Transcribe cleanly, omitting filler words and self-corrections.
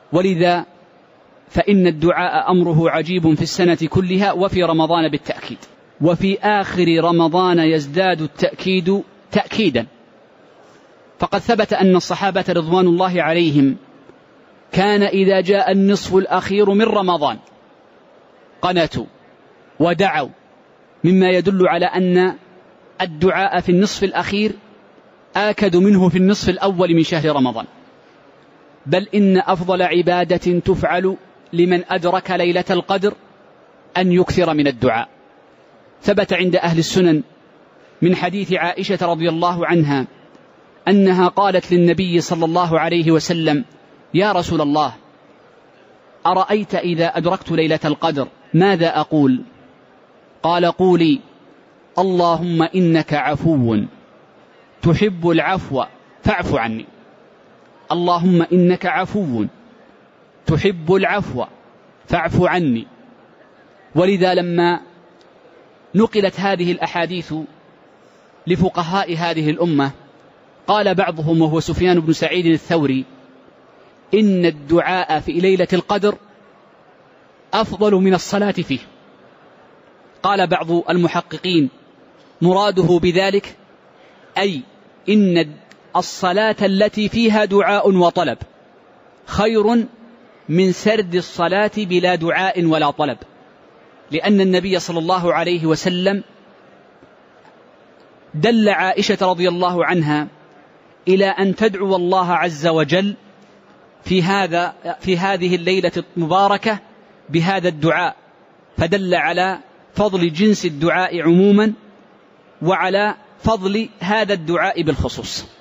ولذا فإن الدعاء أمره عجيب في السنة كلها وفي رمضان بالتأكيد، وفي آخر رمضان يزداد التأكيد تأكيدا. فقد ثبت أن الصحابة رضوان الله عليهم كان إذا جاء النصف الأخير من رمضان قنتوا ودعوا، مما يدل على أن الدعاء في النصف الأخير آكد منه في النصف الأول من شهر رمضان. بل إن أفضل عبادة تفعل لمن أدرك ليلة القدر أن يكثر من الدعاء. ثبت عند أهل السنن من حديث عائشة رضي الله عنها أنها قالت للنبي صلى الله عليه وسلم: يا رسول الله، أرأيت إذا أدركت ليلة القدر ماذا أقول؟ قال: قولي: اللهم إنك عفو تحب العفو فاعف عني. اللهم إنك عفو تحب العفو فاعف عني. ولذا لما نقلت هذه الأحاديث لفقهاء هذه الأمة قال بعضهم وهو سفيان بن سعيد الثوري: إن الدعاء في ليلة القدر أفضل من الصلاة فيه. قال بعض المحققين: مراده بذلك أي إن الصلاة التي فيها دعاء وطلب خير من سرد الصلاة بلا دعاء ولا طلب، لأن النبي صلى الله عليه وسلم دل عائشة رضي الله عنها إلى أن تدعو الله عز وجل في هذه الليلة المباركة بهذا الدعاء، فدل على فضل جنس الدعاء عموما وعلى فضل هذا الدعاء بالخصوص.